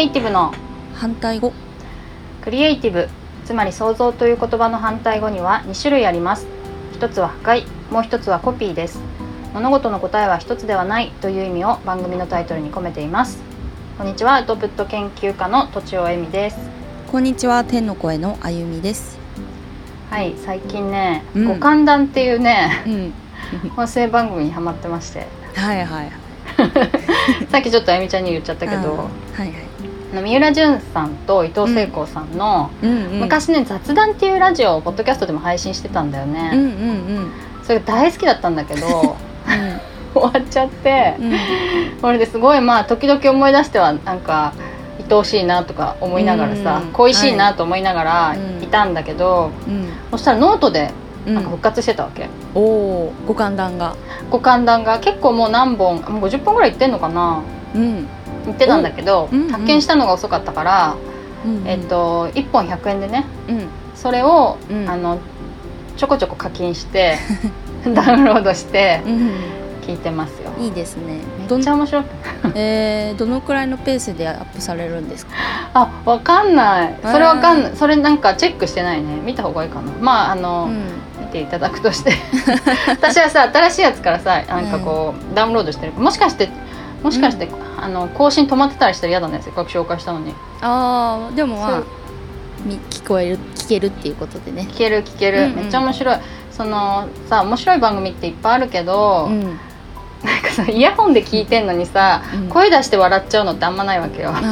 イティブの反対語。 クリエイティブ、つまり創造という言葉の反対語には2種類あります。一つは破壊、もう一つはコピーです。物事の答えは一つではないという意味を番組のタイトルに込めています。こんにちは、アウトプット研究家のとちおえみです。 こんにちは、天の声のあゆみです。 はい、最近ね、ご歓談っていうね、音声番組にハマってまして、 はいはいはい。 さっきちょっとあゆみちゃんに言っちゃったけど、 はいはい、 三浦淳さんと伊藤聖子さんの、昔ね雑談っていうラジオをポッドキャストでも配信してたんだよね、それが大好きだったんだけど、終わっちゃって、これですごい時々思い出してはなんか愛おしいなとか思いながらさ、恋しいなと思いながらいたんだけど、そしたらノートでなんか復活してたわけ、 ご歓談が結構もう何本もう50本ぐらいいってんのかな、言ってたんだけど、発見したのが遅かったから、1本100円でね、それを、ちょこちょこ課金してダウンロードして聞いてますよ。 いいですね。 めっちゃ面白い。 どのくらいのペースでアップされるんですか？ わかんない。それわかんない。それなんかチェックしてないね。見た方がいいかな。見ていただくとして私はさ、新しいやつからさ、なんかこう、ダウンロードしてる。もしかして更新止まってたりしたら嫌だね。せっかく紹介したのに。 でも聞けるっていうことでね。 聞ける、めっちゃ面白い。そのさ、面白い番組っていっぱいあるけど、なんかさ、イヤホンで聞いてんのにさ、声出して笑っちゃうのってあんまないわけよ。なん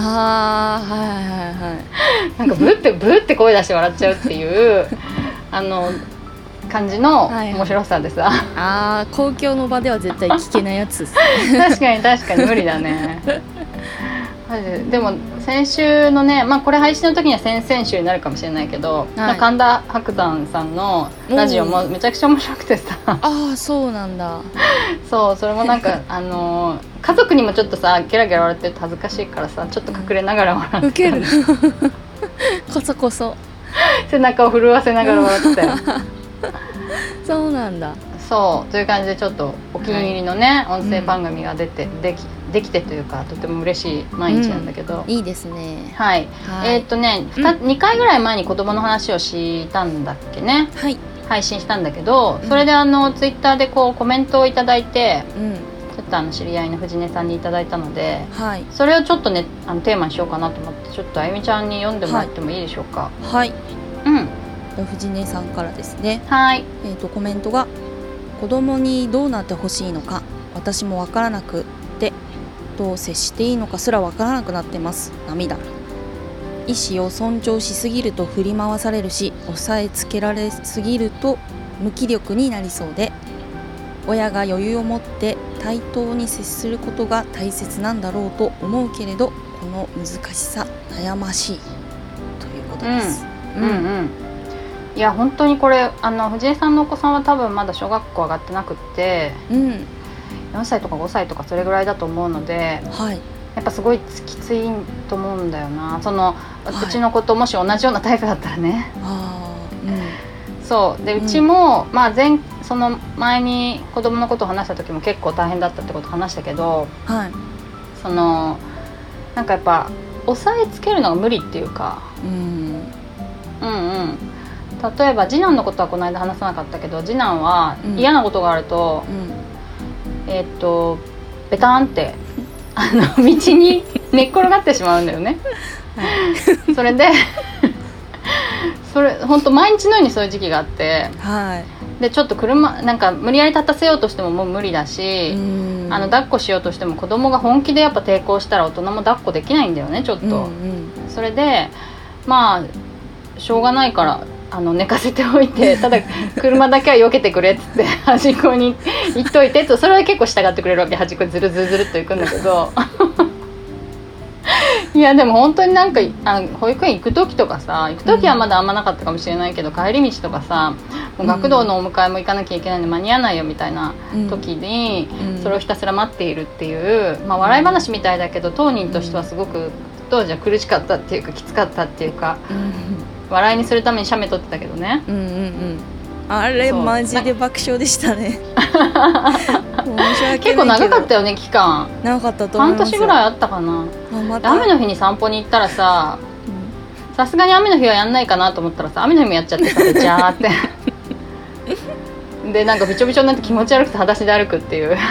かブーって声出して笑っちゃうっていう感じの面白さでさ、 公共の場では絶対聞けないやつです確かに無理だねでも先週のね、これ配信の時には先々週になるかもしれないけど、神田伯山さんのラジオもめちゃくちゃ面白くてさそうなんだ。 そう、それもなんか家族にもちょっとさゲラゲラ笑ってると恥ずかしいからさ、ちょっと隠れながら笑って、 ウケるこそ背中を震わせながら笑ってたよそうなんだ。 そうという感じで、ちょっとお気に入りのね、音声番組ができてというか、とても嬉しい毎日なんだけど、 いいですね。 はい、2回ぐらい前に子供の話をしたんだっけね、配信したんだけど、それでツイッターでこうコメントをいただいて、ちょっと知り合いの藤根さんにいただいたので、それをちょっとねテーマにしようかなと思って、ちょっとあゆみちゃんに読んでもらってもいいでしょうか。 藤根さんからですね。コメントが、子供にどうなってほしいのか私もわからなくて、どう接していいのかすらわからなくなってます。涙。意思を尊重しすぎると振り回されるし、押さえつけられすぎると無気力になりそうで、親が余裕を持って対等に接することが大切なんだろうと思うけれど、この難しさ悩ましいということです。 いや本当にこれ藤江さんのお子さんは多分まだ小学校上がってなくって、4歳とか5歳とかそれぐらいだと思うので、やっぱすごいきついと思うんだよな。うちの子ともし同じようなタイプだったらね。そうで、うちも、その前に子供のことを話した時も結構大変だったってことを話したけど、なんかやっぱ抑えつけるのが無理っていうか、例えば次男のことはこの間話さなかったけど、次男は嫌なことがあると、ベタンって道に寝っ転がってしまうんだよねそれで本当毎日のようにそういう時期があって、でちょっとなんか無理やり立たせようとしてももう無理だし、抱っこしようとしても子供が本気でやっぱ抵抗したら大人も抱っこできないんだよね、ちょっと、それでしょうがないから寝かせておいて、ただ車だけは避けてくれっつって端っこに行っといてと、それは結構従ってくれるわけ。端っこにずるずるずるっと行くんだけどいやでも本当になんか保育園行く時とかさ、行く時はまだあんまなかったかもしれないけど、帰り道とかさ、もう学童のお迎えも行かなきゃいけないので間に合わないよみたいな時に、それをひたすら待っているっていう、笑い話みたいだけど当人としてはすごく当時は苦しかったっていうか、きつかったっていうか、笑いにするために写メ撮ってたけどね。 あれマジで爆笑でしたね申し訳ないけど結構長かったよね、期間。 長かったと思います。 半年ぐらいあったかな。雨の日に散歩に行ったらさ、さすがに雨の日はやんないかなと思ったらさ、雨の日もやっちゃってさ、べちゃーってでなんかびちょびちょになって気持ち悪くて裸足で歩くっていう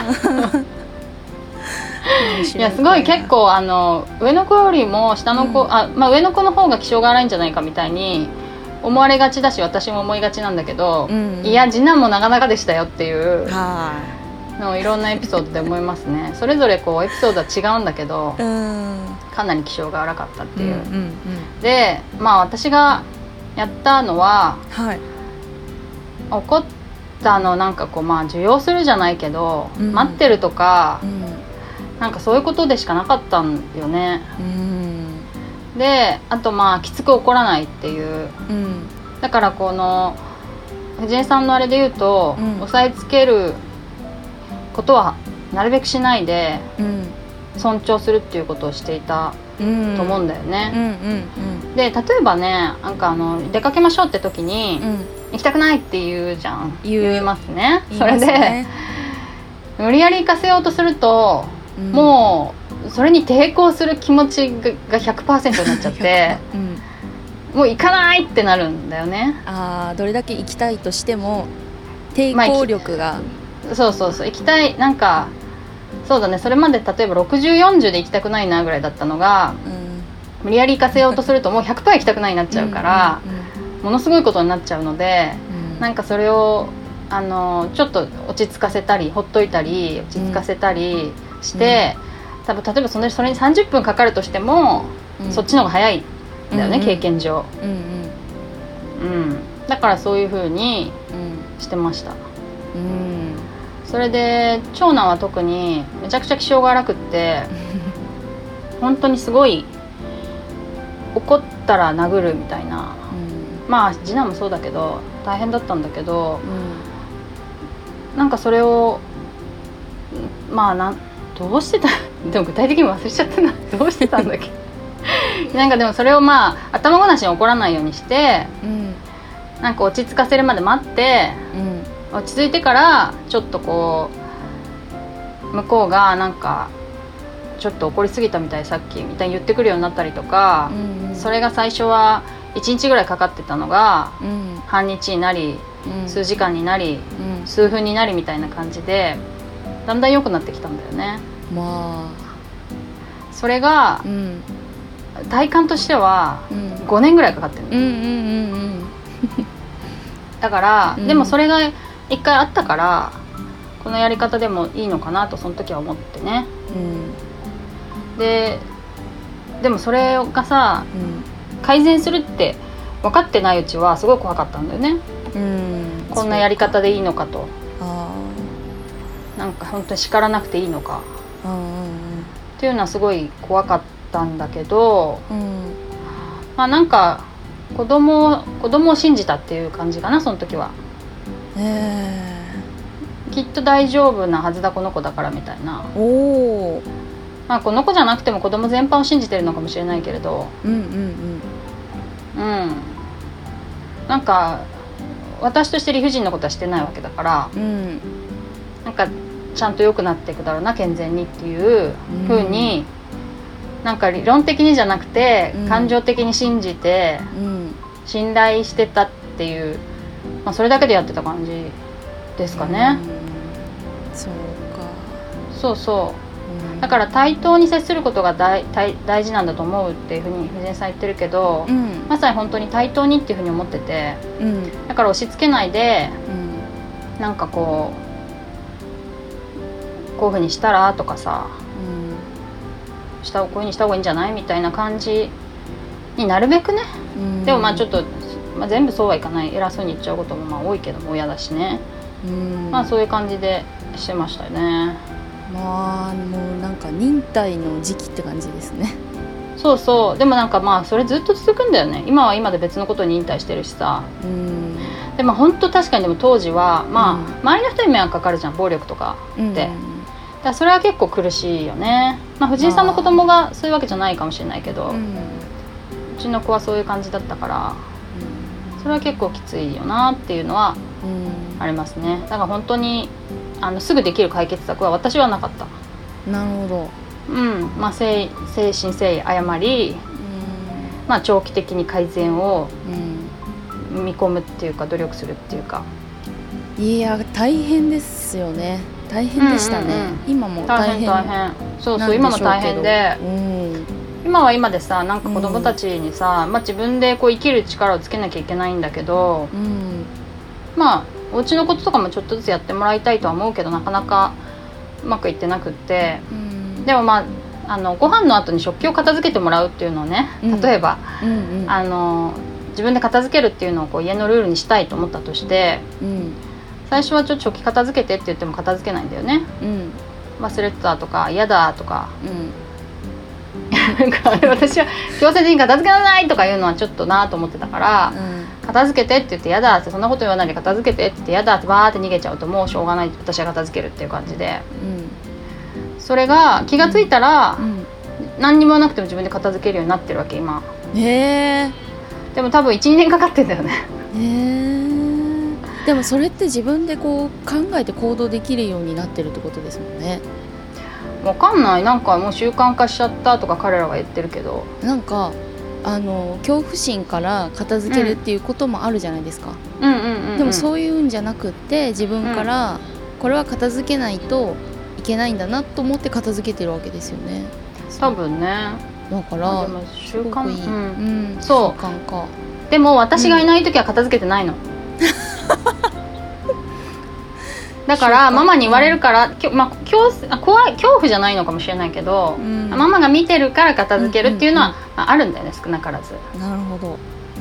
いやすごい結構上の子よりも下の子、上の子の方が気性が荒いんじゃないかみたいに思われがちだし、私も思いがちなんだけど、いや次男もなかなかでしたよっていうのをいろんなエピソードで思いますね。それぞれこうエピソードは違うんだけど、かなり気性が荒かったっていう、で私がやったのは、怒ったのなんかこう受容するじゃないけど、待ってるとか、なんかそういうことでしかなかったんよね。であときつく怒らないっていう、だからこの藤江さんのあれで言うと、押さえつけることはなるべくしないで、尊重するっていうことをしていたと思うんだよね。で例えばね、なんか出かけましょうって時に、行きたくないって言うじゃん。言いますね。それで無理やり行かせようとすると、もうそれに抵抗する気持ちが 100% になっちゃって、もう行かないってなるんだよね。 どれだけ行きたいとしても抵抗力が、 そう行きたい、なんかそうだね、それまで例えば60、40で行きたくないなぐらいだったのが、無理やり行かせようとするともう 100% 行きたくないになっちゃうから、ものすごいことになっちゃうので、なんかそれをちょっと落ち着かせたり、ほっといたり落ち着かせたりして、多分例えばそれに30分かかるとしても、そっちの方が早いんだよね、経験上。だからそういう風にしてました。それで長男は特にめちゃくちゃ気性が荒くって本当にすごい怒ったら殴るみたいな、次男もそうだけど大変だったんだけど、なんかそれをどうしてたでも具体的に忘れちゃったなどうしてたんだっけなんかでもそれを頭ごなしに怒らないようにして、なんか落ち着かせるまで待って、落ち着いてからちょっとこう向こうがなんかちょっと怒りすぎたみたい、さっきみたいに言ってくるようになったりとか、それが最初は1日ぐらいかかってたのが、半日になり、数時間になり、数分になりみたいな感じでだんだん良くなってきたんだよね。それが、体感としては5年ぐらいかかってるの。だから、でもそれが一回あったからこのやり方でもいいのかなとその時は思ってね。でもそれがさ、改善するって分かってないうちはすごい怖かったんだよね。こんなやり方でいいのかと、なんか本当に叱らなくていいのか、っていうのはすごい怖かったんだけど、なんか子供を信じたっていう感じかな、その時は。きっと大丈夫なはずだこの子だからみたいな。この子じゃなくても子供全般を信じてるのかもしれないけれど、なんか私として理不尽なことはしてないわけだから、なんかちゃんと良くなっていくだろうな健全にっていう風に、なんか理論的にじゃなくて、感情的に信じて、信頼してたっていう、それだけでやってた感じですかね。そうだから対等に接することが大事なんだと思うっていうふうに藤井さん言ってるけど、まさに本当に対等にっていうふうに思ってて、だから押し付けないで、なんかこういうふうにしたらとかさ、こういうふうにした方がいいんじゃないみたいな感じになるべくね、でもちょっと、全部そうはいかない、偉そうに言っちゃうことも多いけども親だしね、そういう感じでしてましたよね。 もうなんか忍耐の時期って感じですね。 そうでもなんかそれずっと続くんだよね。今は今で別のことに忍耐してるしさ。で本当確かにでも当時は周りの人に迷惑かかるじゃん、暴力とかって、だからそれは結構苦しいよね。藤井さんの子供がそういうわけじゃないかもしれないけど、うちの子はそういう感じだったから、それは結構きついよなっていうのはありますね。だから本当にすぐできる解決策は私はなかった。 なるほど。 精神誠意誤り、長期的に改善を見込むっていうか努力するっていうか。 いや大変ですよね。大変でしたね、今も大変。 そう今も大変で、今は今でさなんか子供たちにさ、自分でこう生きる力をつけなきゃいけないんだけど、お家のこととかもちょっとずつやってもらいたいとは思うけどなかなかうまくいってなくって、でもご飯の後に食器を片付けてもらうっていうのをね、例えば、自分で片付けるっていうのをこう家のルールにしたいと思ったとして、最初はちょっと食器片付けてって言っても片付けないんだよね、忘れてたとか嫌だとか、私は強制的に片付けなさいとか言うのはちょっとなと思ってたから、片付けてって言って嫌だって、そんなこと言わないで片付けてって言って嫌だってバーって逃げちゃうともうしょうがない、私は片付けるっていう感じで、それが気がついたら、何にもなくても自分で片付けるようになってるわけ今。でも多分 1,2 年かかってんだよね。 でもそれって自分でこう考えて行動できるようになってるってことですもんね。 わかんない、なんかもう習慣化しちゃったとか彼らは言ってるけど、 なんか恐怖心から片付けるっていうこともあるじゃないですか。でもそういうんじゃなくって自分からこれは片付けないといけないんだなと思って片付けてるわけですよね。 多分ね。 だからでも習慣いい、 そう習慣か。 でも私がいない時は片付けてないの、だからママに言われるから、恐怖じゃないのかもしれないけど、ママが見てるから片付けるっていうのはあるんだよね、少なからず。 なるほど。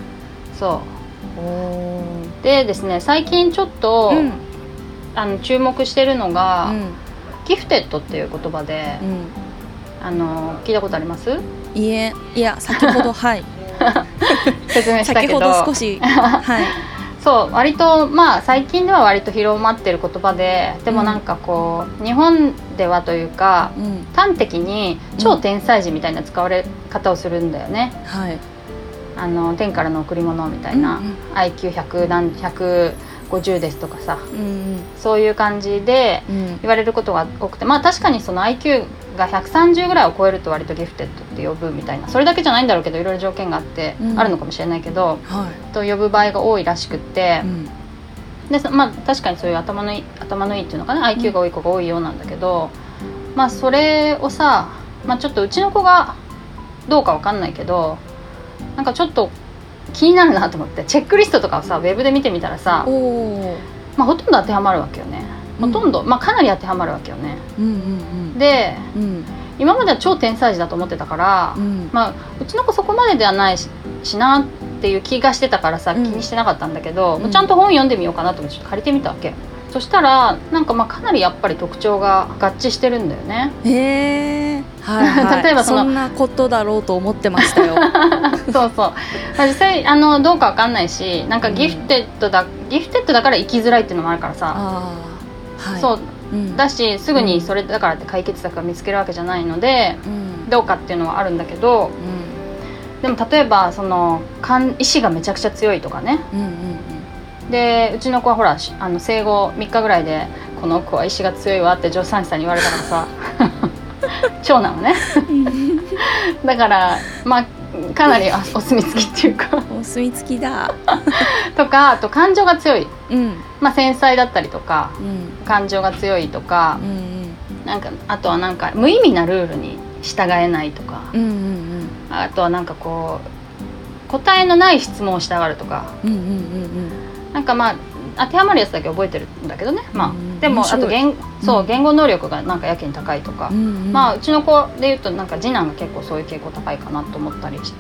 そうでですね、最近ちょっと、注目してるのが、ギフテッドっていう言葉で、聞いたことあります？ いや先ほどはい説明したけど先ほど少しはいそう割と最近では割と広まってる言葉で、でもなんかこう、日本ではというか、端的に超天才児みたいな使われ方をするんだよね、天からの贈り物みたいな、IQ150 ですとかさ、そういう感じで言われることが多くて、確かにその IQ が130ぐらいを超えると割とギフテッドって呼ぶみたいな、それだけじゃないんだろうけどいろいろ条件があって、あるのかもしれないけど、と呼ぶ場合が多いらしくって、で確かにそういう頭のいいっていうのかな、IQ が多い子が多いようなんだけど、それをさ、ちょっとうちの子がどうかわかんないけど、なんかちょっと気になるなと思ってチェックリストとかをさウェブで見てみたらさ、ほとんど当てはまるわけよね。ほとんど、かなり当てはまるわけよね。で、今までは超天才児だと思ってたから、うちの子そこまでではないしなっていう気がしてたからさ、気にしてなかったんだけど、ちゃんと本読んでみようかなと思ってちょっと借りてみたわけ。そしたらなんかかなりやっぱり特徴が合致してるんだよね。 例えばそんなことだろうと思ってましたよそう実際どうかわかんないし、なんかギフテッドだから生きづらいっていうのもあるからさ、だしすぐにそれだからって解決策が見つけるわけじゃないので、どうかっていうのはあるんだけど、でも例えばその意志がめちゃくちゃ強いとかね、でうちの子はほら生後3日ぐらいでこの子は意志が強いわって助産師さんに言われたからさ長男はねだからかなりお墨付きっていうかお墨付きだとか、あと感情が強い、繊細だったりとか、感情が強いとか、なんかあとはなんか無意味なルールに従えないとか、あとはなんかこう答えのない質問をしたがるとか、なんか当てはまるやつだけ覚えてるんだけどね、でもあと言語能力がなんかやけに高いとか、うちの子でいうとなんか次男が結構そういう傾向高いかなと思ったりして、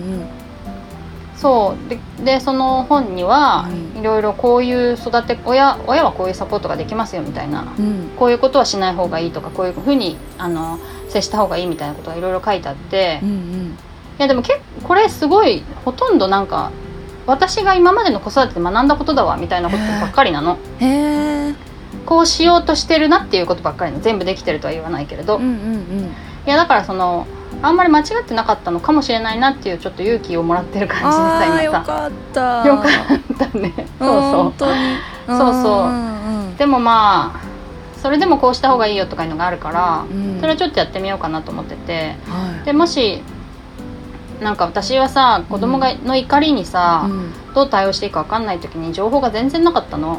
でその本にはいろいろこういう親はこういうサポートができますよみたいな、こういうことはしない方がいいとか、こういうふうに接した方がいいみたいなことがいろいろ書いてあって、いやでもこれすごいほとんどなんか私が今までの子育てで学んだことだわみたいなことばっかりなの。こうしようとしてるなっていうことばっかりの、全部できてるとは言わないけれど、いやだからあんまり間違ってなかったのかもしれないなっていうちょっと勇気をもらってる感じでさ、今さ。 よかったね。本当にそうでもそれでもこうした方がいいよとかいうのがあるから、それはちょっとやってみようかなと思ってて、でもしなんか私はさ子供の怒りにさ、どう対応していいか分かんない時に情報が全然なかったの。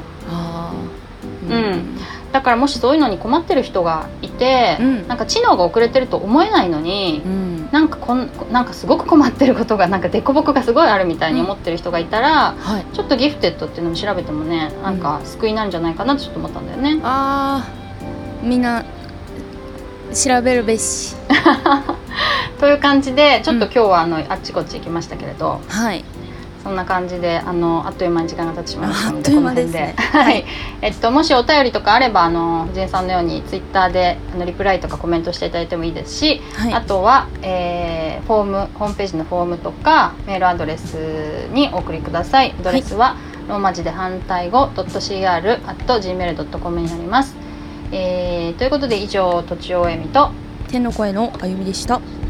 だからもしそういうのに困ってる人がいて、なんか知能が遅れてると思えないのに、なんかすごく困ってることがなんか凸凹がすごいあるみたいに思ってる人がいたら、ちょっとギフテッドっていうのを調べてもね、なんか救いなんじゃないかなってちょっと思ったんだよね。 みんな調べるべしという感じでちょっと今日はあっちこっち行きましたけれど、そんな感じであっという間に時間が経ってしまいましたので、この辺で、もしお便りとかあれば藤江さんのようにツイッターでリプライとかコメントしていただいてもいいですし、あとは、ホームページのフォームとかメールアドレスにお送りください。アドレスは、ローマ字で反対語 .cr@gmail.com になります。ということで以上、とちおえみと天の声のあゆみでした。